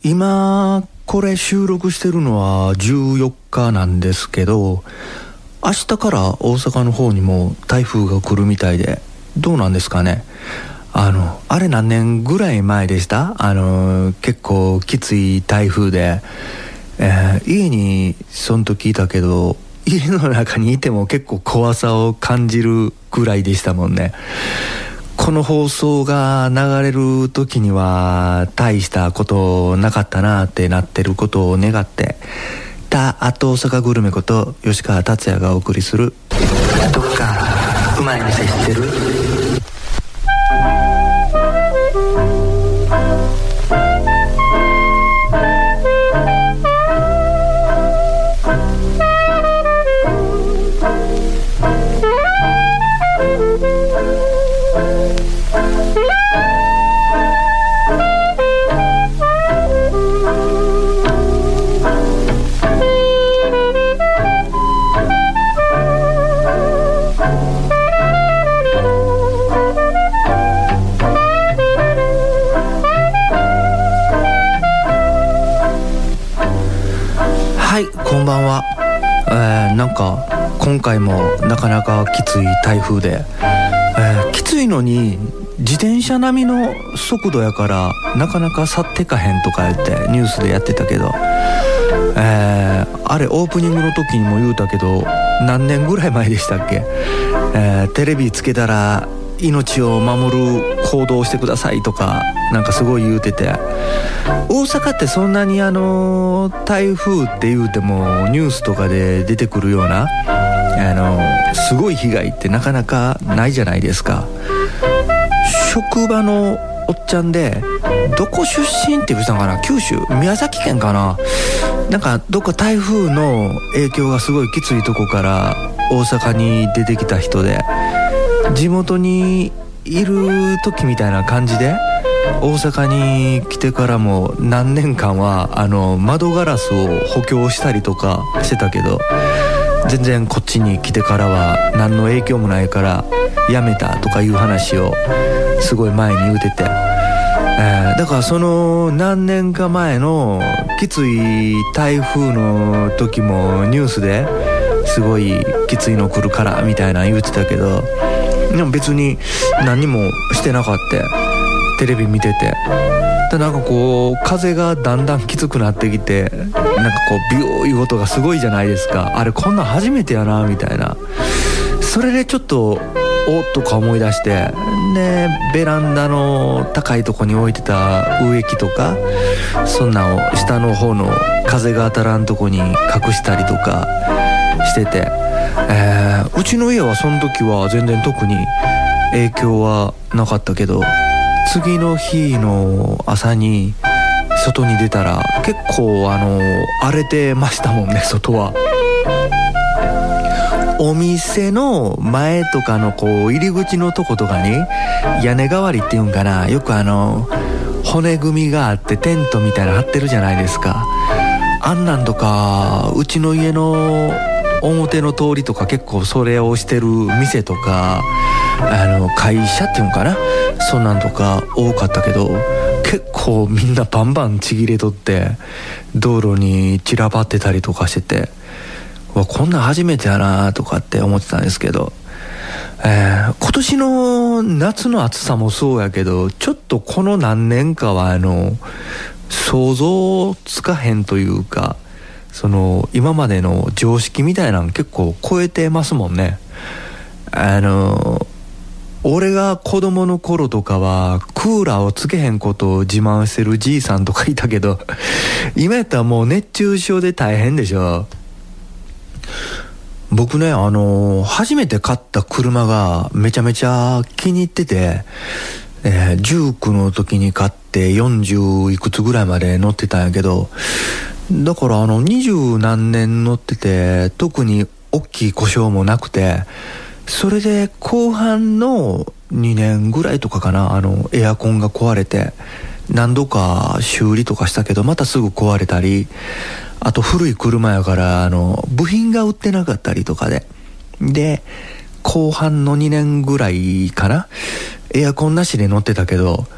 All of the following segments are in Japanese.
今これ収録してるのは14日なんですけど、明日から大阪の方にも台風が来るみたいで、どうなんですかね。あれ何年ぐらい前でした？結構きつい台風で、家にその時いたけど、家の中にいても結構怖さを感じるぐらいでしたもんね。この放送が流れる時には大したことなかったなってなってることを願って、アット大阪グルメこと吉川達也がお送りするどっかうまい店知ってる？はい、こんばんは。なんか今回もなかなかきつい台風で、きついのに自転車並みの速度やからなかなか去ってかへんとか言ってニュースでやってたけど、あれオープニングの時にも言うたけど、何年ぐらい前でしたっけ、テレビつけたら命を守る行動をしてくださいとかなんかすごい言うてて、大阪ってそんなに台風って言うてもニュースとかで出てくるようなすごい被害ってなかなかないじゃないですか。職場のおっちゃんで、どこ出身って言ってたのかな、九州宮崎県かな、なんかどっか台風の影響がすごいきついとこから大阪に出てきた人で、地元にいる時みたいな感じで大阪に来てからも何年間は窓ガラスを補強したりとかしてたけど、全然こっちに来てからは何の影響もないからやめたとかいう話をすごい前に言うてて、だからその何年か前のきつい台風の時もニュースですごいきついの来るからみたいな言うてたけど、でも別に何もしてなかった。テレビ見てて、でなんかこう風がだんだんきつくなってきて、なんかこうビューいう音がすごいじゃないですか。あれこんなん初めてやなみたいな。それでちょっとおっとか思い出して、でベランダの高いとこに置いてた植木とかそんなを下の方の風が当たらんとこに隠したりとかしてて、うちの家はその時は全然特に影響はなかったけど、次の日の朝に外に出たら結構荒れてましたもんね、外は。お店の前とかのこう入り口のとことかに屋根代わりっていうんかな、よく骨組みがあってテントみたいなの張ってるじゃないですか。あんなんとかうちの家の表の通りとか結構それをしてる店とか会社っていうのかな、そんなんとか多かったけど、結構みんなバンバンちぎれとって道路に散らばってたりとかしてて、こんなん初めてやなとかって思ってたんですけど、今年の夏の暑さもそうやけど、ちょっとこの何年かは想像つかへんというか、その今までの常識みたいなの結構超えてますもんね。俺が子供の頃とかはクーラーをつけへんことを自慢してるじいさんとかいたけど、今やったらもう熱中症で大変でしょ。僕ね、初めて買った車がめちゃめちゃ気に入ってて、19の時に買って40いくつぐらいまで乗ってたんやけど、だから20何年乗ってて特に大きい故障もなくて、それで後半の2年ぐらいとかかな、エアコンが壊れて何度か修理とかしたけどまたすぐ壊れたり、あと古い車やから部品が売ってなかったりとかで後半の2年ぐらいかな、エアコンなしで乗ってたけど、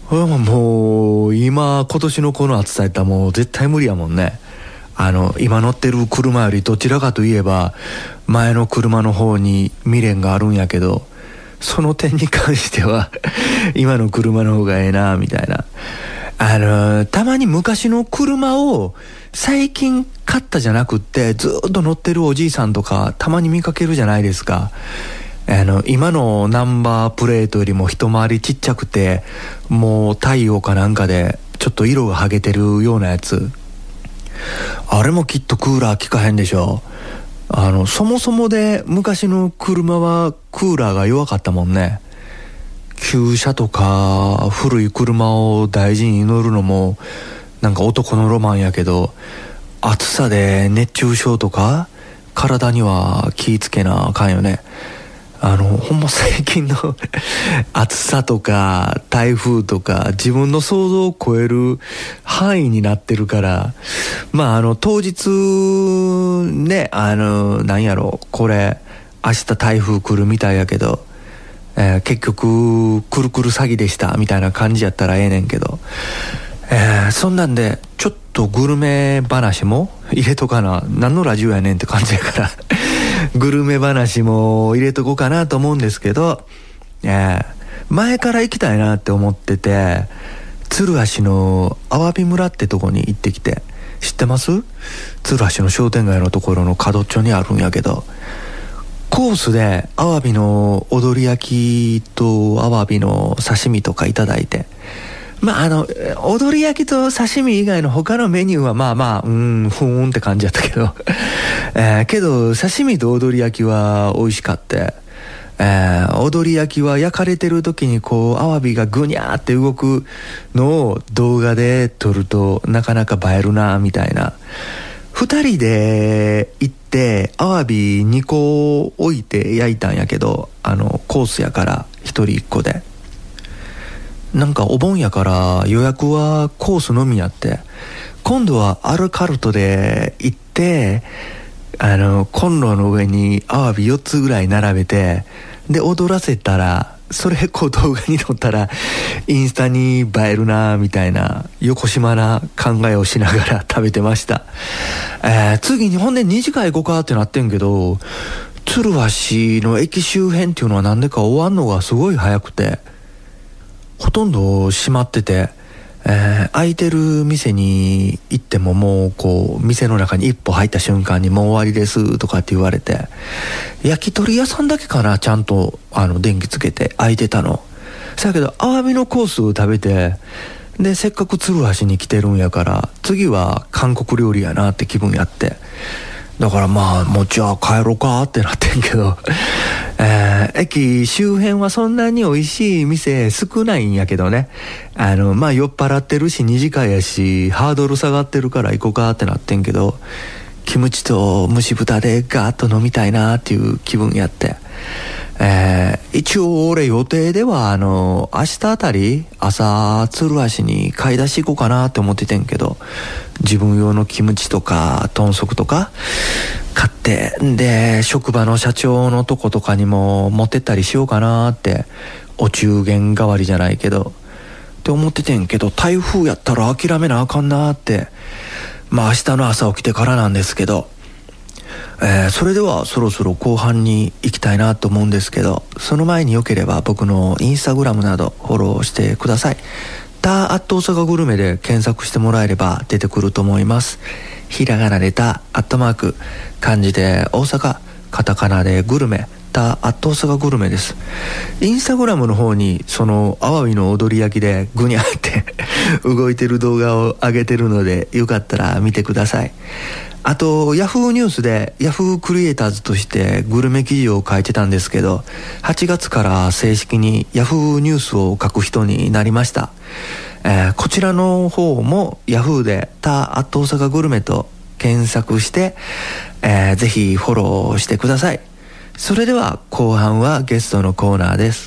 もう今年のこの暑さやったらもう絶対無理やもんね。今乗ってる車よりどちらかといえば前の車の方に未練があるんやけど、その点に関しては今の車の方がええなみたいな。たまに昔の車を最近買ったじゃなくってずっと乗ってるおじいさんとかたまに見かけるじゃないですか。今のナンバープレートよりも一回りちっちゃくて、もう太陽かなんかでちょっと色が剥げてるようなやつ。あれもきっとクーラー効かへんでしょ。そもそもで昔の車はクーラーが弱かったもんね。旧車とか古い車を大事に乗るのもなんか男のロマンやけど、暑さで熱中症とか体には気ぃつけなあかんよね。ほんま最近の暑さとか台風とか自分の想像を超える範囲になってるから、当日ね、なんやろ、これ明日台風来るみたいやけど、結局くるくる詐欺でしたみたいな感じやったらええねんけど、そんなんでちょっとグルメ話も入れとかな。何のラジオやねんって感じやからグルメ話も入れとこうかなと思うんですけど、前から行きたいなって思ってて、鶴橋のアワビ村ってとこに行ってきて、知ってます？鶴橋の商店街のところの角っちょにあるんやけど、コースでアワビの踊り焼きとアワビの刺身とかいただいて、踊り焼きと刺身以外の他のメニューはふーんって感じやったけどけど刺身と踊り焼きは美味しかった。踊り焼きは焼かれてる時にこうアワビがぐにゃーって動くのを動画で撮るとなかなか映えるなみたいな。2人で行ってアワビ2個置いて焼いたんやけど、コースやから1人1個で、なんかお盆やから予約はコースのみやって、今度はアルカルトで行ってコンロの上にアワビ4つぐらい並べて、で踊らせたら、それこう動画に撮ったらインスタに映えるなみたいな横島な考えをしながら食べてました。次にほんで2次会行こうかってなってんけど、鶴橋の駅周辺っていうのはなんでか終わんのがすごい早くて、ほとんど閉まってて、空いてる店に行ってももうこう店の中に一歩入った瞬間にもう終わりですとかって言われて、焼き鳥屋さんだけかなちゃんと電気つけて空いてたの。そやけどアワビのコースを食べて、でせっかく鶴橋に来てるんやから次は韓国料理やなって気分やって、だからもうじゃあ帰ろうかってなってんけど駅周辺はそんなに美味しい店少ないんやけどね、酔っ払ってるし二次会やしハードル下がってるから行こうかってなってんけど、キムチと蒸し豚でガーッと飲みたいなっていう気分やって、一応俺予定では明日あたり朝鶴橋に買い出し行こうかなって思っててんけど、自分用のキムチとか豚足とか買って、で職場の社長のとことかにも持ってったりしようかなって、お中元代わりじゃないけどって思っててんけど、台風やったら諦めなあかんなって、明日の朝起きてからなんですけど、それではそろそろ後半に行きたいなと思うんですけど、その前によければ僕のインスタグラムなどフォローしてください。タアット大阪グルメで検索してもらえれば出てくると思います。ひらがなでタアットマーク、漢字で大阪、カタカナでグルメ、タアット大阪グルメです。インスタグラムの方にそのアワビの踊り焼きでぐにゃって動いてる動画を上げてるので、よかったら見てください。あとヤフーニュースでヤフークリエイターズとしてグルメ記事を書いてたんですけど、8月から正式にヤフーニュースを書く人になりました。こちらの方もヤフーでタアット大阪グルメと検索して、ぜひフォローしてください。それでは後半はゲストのコーナーです。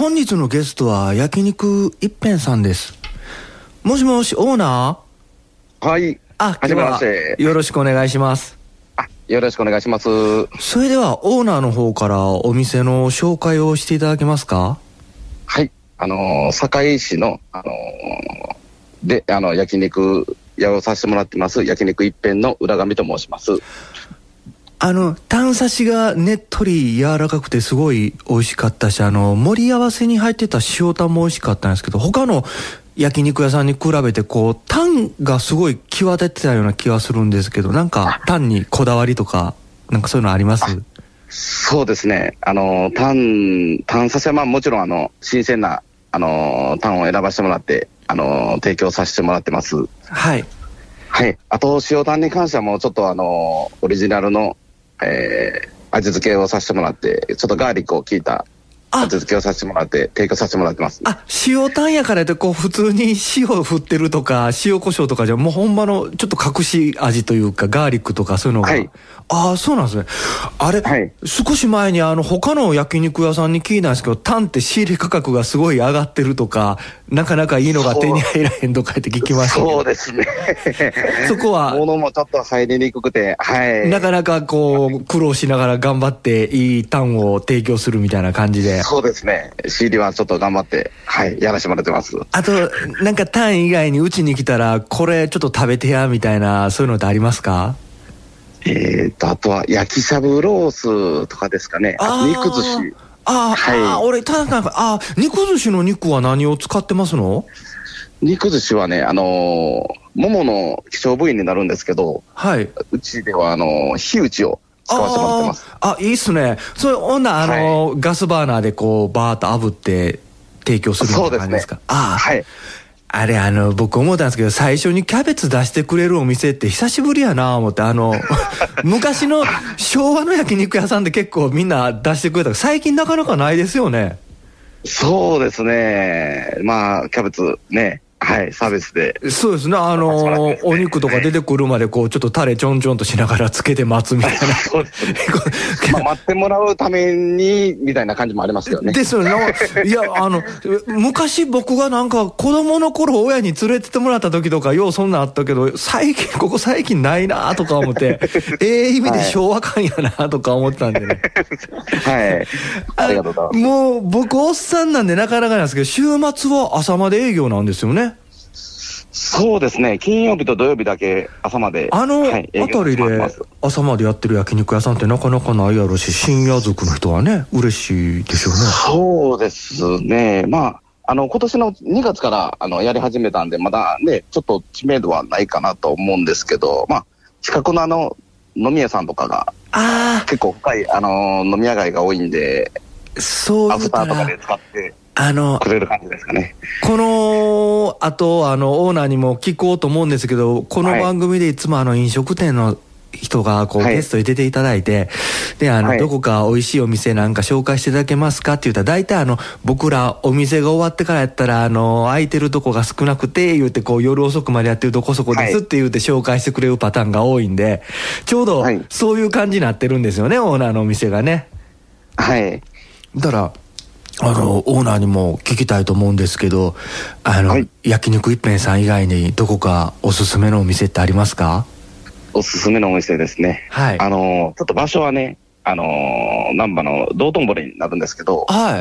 本日のゲストは焼肉一辺さんです。もしもし、オーナー。 はい。 今日はよろしくお願いします。 よろしくお願いします。 それではオーナーの方からお店の紹介をしていただけますか？ はい。堺市の、で、焼肉屋をさせてもらってます、焼肉一辺の浦上と申します。 タン刺しがねっとり柔らかくてすごい美味しかったし、盛り合わせに入ってた塩タンも美味しかったんですけど、他の焼肉屋さんに比べてタンがすごい際立ってたような気がするんですけど、なんかタンにこだわりとかなんかそういうのあります？ そうですね。タン刺しはもちろん新鮮なタンを選ばせてもらって提供させてもらってます。 はい。 はい。あと塩タンに関してはもうちょっとオリジナルの味付けをさせてもらって、ちょっとガーリックを効いた味付けをさせてもらって提供させてもらってます。 塩タンやからって普通に塩振ってるとか塩コショウとかじゃ、もうほんまのちょっと隠し味というかガーリックとかそういうのが、はい、そうなんですね。はい、少し前に他の焼肉屋さんに聞いたんですけど、タンって仕入れ価格がすごい上がってるとか、なかなかいいのが手に入らへんとかって聞きましたけど。 そうですね。 そこは物もちょっと入りにくくて、はい、 なかなか苦労しながら頑張っていいタンを提供するみたいな感じで。 そうですね。仕入れはちょっと頑張って、はい、やらせてもらってます。 あとなんかタン以外にうちに来たらこれちょっと食べてやみたいな、そういうのってありますか？ あとは焼きしゃぶロースとかですかね。肉寿司。 はい。俺肉寿司の肉は何を使ってますの？ 肉寿司はね、ももの希少部位になるんですけど、はい。うちでは火打ちを使わせてもらってます。 いいっすね。それガスバーナーでバーッと炙って提供するみたいな感じですか？はい。あれ僕思ったんですけど、最初にキャベツ出してくれるお店って久しぶりやな思って、昔の昭和の焼肉屋さんで結構みんな出してくれたけど、最近なかなかないですよね。 そうですね。キャベツね、はい、サービスで。 そうですね。お肉とか出てくるまでちょっとタレちょんちょんとしながらつけて待つみたいな。そうですね。 待ってもらうためにみたいな感じもありますよね。 ですよね。いや昔僕がなんか子供の頃親に連れてってもらった時とかようそんなんあったけど、最近ないなとか思って意味で昭和感やなとか思ってたんでね。 はい。ありがとうございます。 もう僕おっさんなんでなかなかなんですけど、週末は朝まで営業なんですよね。 そうですね。金曜日と土曜日だけ朝まで。 辺りで朝までやってる焼肉屋さんってなかなかないやろし、深夜族の人はね、嬉しいでしょうね。 そうですね。今年の2月からやり始めたんで、まだね、ちょっと知名度はないかなと思うんですけど、近くの飲み屋さんとかが結構深い飲み屋街が多いんで、 そうアフターとかで使ってくれる感じですかね。 あとオーナーにも聞こうと思うんですけど、この番組でいつも飲食店の人がゲストに出ていただいて、でどこか美味しいお店なんか紹介していただけますかって言ったら、大体僕らお店が終わってからやったら空いてるとこが少なくて言うて夜遅くまでやってるどこそこですって言うて紹介してくれるパターンが多いんで、ちょうどそういう感じになってるんですよね、オーナーのお店がね。 はい。 だからオーナーにも聞きたいと思うんですけど、焼肉一辺さん以外にどこかおすすめのお店ってありますか？ おすすめのお店ですね。はい。ちょっと場所はね、難波の道頓堀になるんですけど、はい。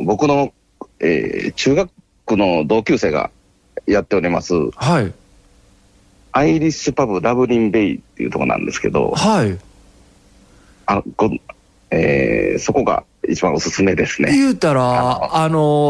僕の、中学の同級生がやっております、はい。アイリッシュパブラブリンベイっていうところなんですけど、はい。そこが一番おすすめですね。 言うたらあ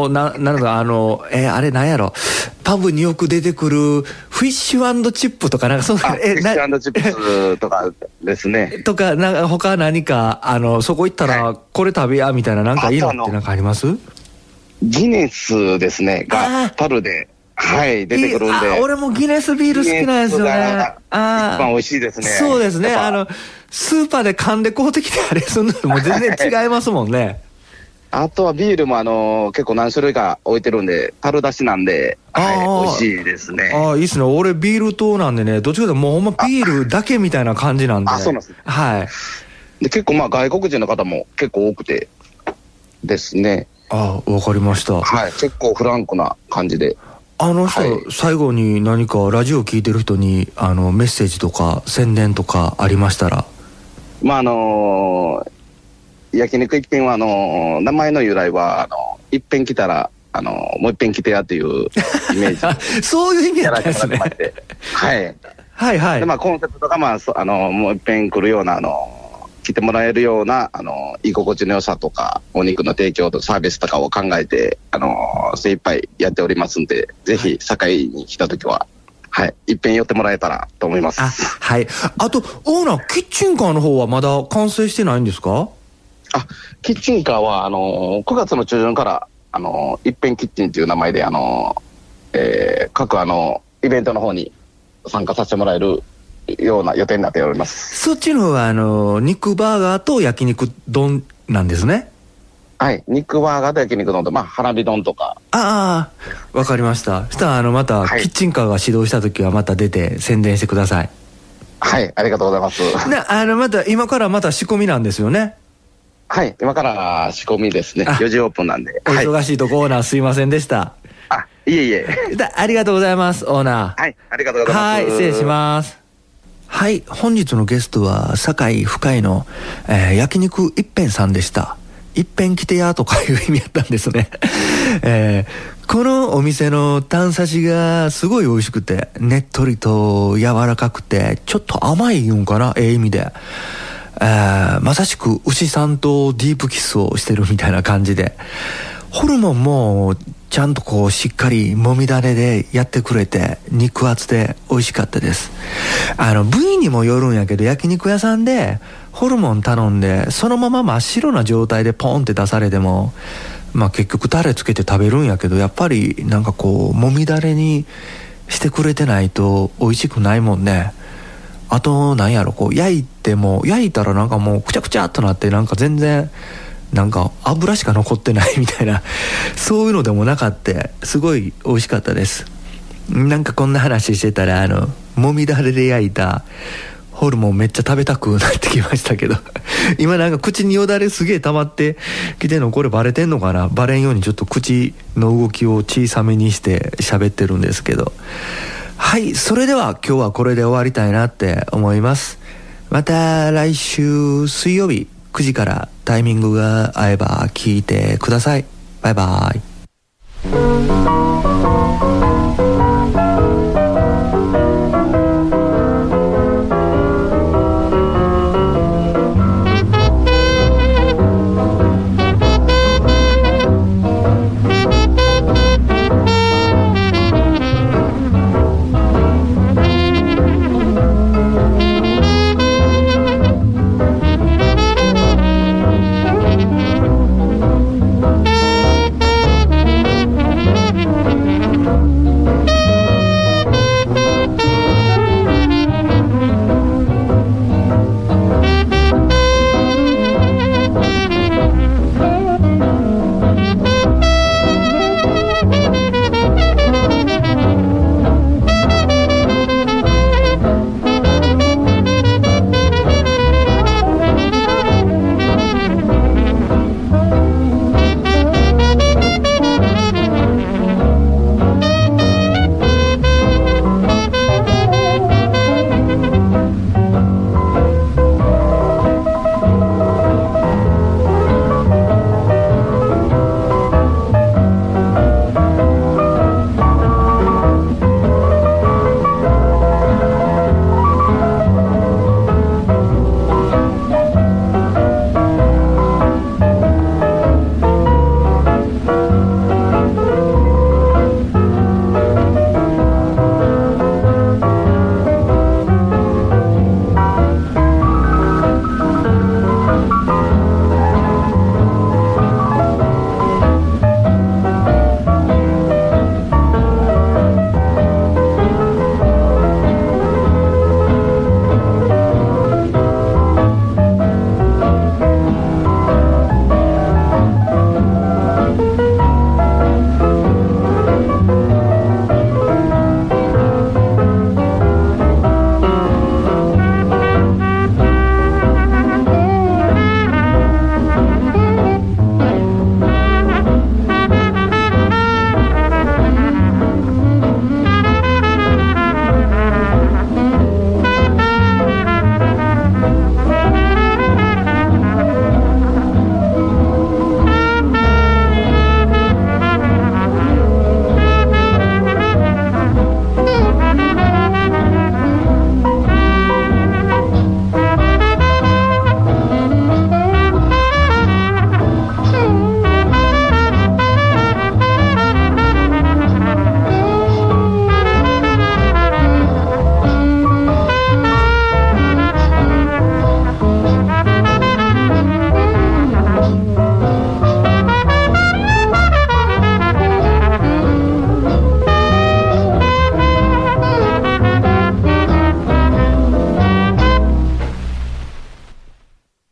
れなんやろ、パブによく出てくるフィッシュ&チップとかなんかそうフィッシュ&チップとかですね。 とか他何かそこ行ったらこれ食べやみたいな、なんかいいのってなんかあります？ ギネスですねがパルで出てくるんで。 俺もギネスビール好きなんですよね。 一番美味しいですね。 そうですね。スーパーで噛んで買うてきてあれすんのも全然違いますもんね。 あとはビールも結構何種類か置いてるんで、樽出しなんで、美味しいですね。 いいっすね。俺ビール党なんでね、どっちかというともうほんまビールだけみたいな感じなんで。 そうなんですね。 はい。 で結構外国人の方も結構多くて。 ですね。 あ、わかりました。 はい、結構フランクな感じで。 人、はい、最後に何かラジオ聞いてる人にメッセージとか宣伝とかありましたら。 まあ焼肉一品は名前の由来は一遍来たらもう一遍来てやっていうイメージそういう意味だったんですね。 はいはいはい。 でコンセプトがもう一遍来るような来てもらえるような居心地の良さとかお肉の提供とサービスとかを考えて精一杯やっておりますんで、ぜひ堺に来た時ははい一遍寄ってもらえたらと思います。 はい。あとオーナー、キッチンカーの方はまだ完成してないんですか？ キッチンカーは9月の中旬から一遍キッチンという名前で各イベントの方に参加させてもらえるような予定になっております。 そっちの方は肉バーガーと焼肉丼なんですね。 はい、肉バーガーと焼肉丼と花火丼とか。 ああ、わかりました。そしたらまた、はい、キッチンカーが始動した時はまた出て宣伝してください。 はい、ありがとうございます。 また今からまた仕込みなんですよね。 はい、今から仕込みですね。4時オープンなんで。 お忙しいとこ、オーナーすいませんでした。 いえいえ。 ありがとうございます、オーナー。はい、ありがとうございます。 はい、失礼します。はい、本日のゲストは堺深井の、焼肉一遍さんでした。一遍来てやとかいう意味やったんですね。このお店のタン刺しがすごい美味しくて、ねっとりと柔らかくてちょっと甘いんかな、意味で。まさしく牛さんとディープキスをしてるみたいな感じで、ホルモンもちゃんとこうしっかりもみだれでやってくれて、肉厚で美味しかったです。部位にもよるんやけど、焼肉屋さんでホルモン頼んでそのまま真っ白な状態でポンって出されても、結局タレつけて食べるんやけど、やっぱりなんかこうもみだれにしてくれてないと美味しくないもんね。あとなんやろ、こう焼いたらなんかもうくちゃくちゃっとなって、なんか全然なんか油しか残ってないみたいな、そういうのでもなかった。すごい美味しかったです。なんかこんな話してたらもみだれで焼いたホルモンめっちゃ食べたくなってきましたけど今なんか口によだれすげえ溜まってきてんの、これバレてんのかな。バレんようにちょっと口の動きを小さめにして喋ってるんですけど、はい、それでは今日はこれで終わりたいなって思います。また来週水曜日9時からタイミングが合えば聞いてください。バイバイ。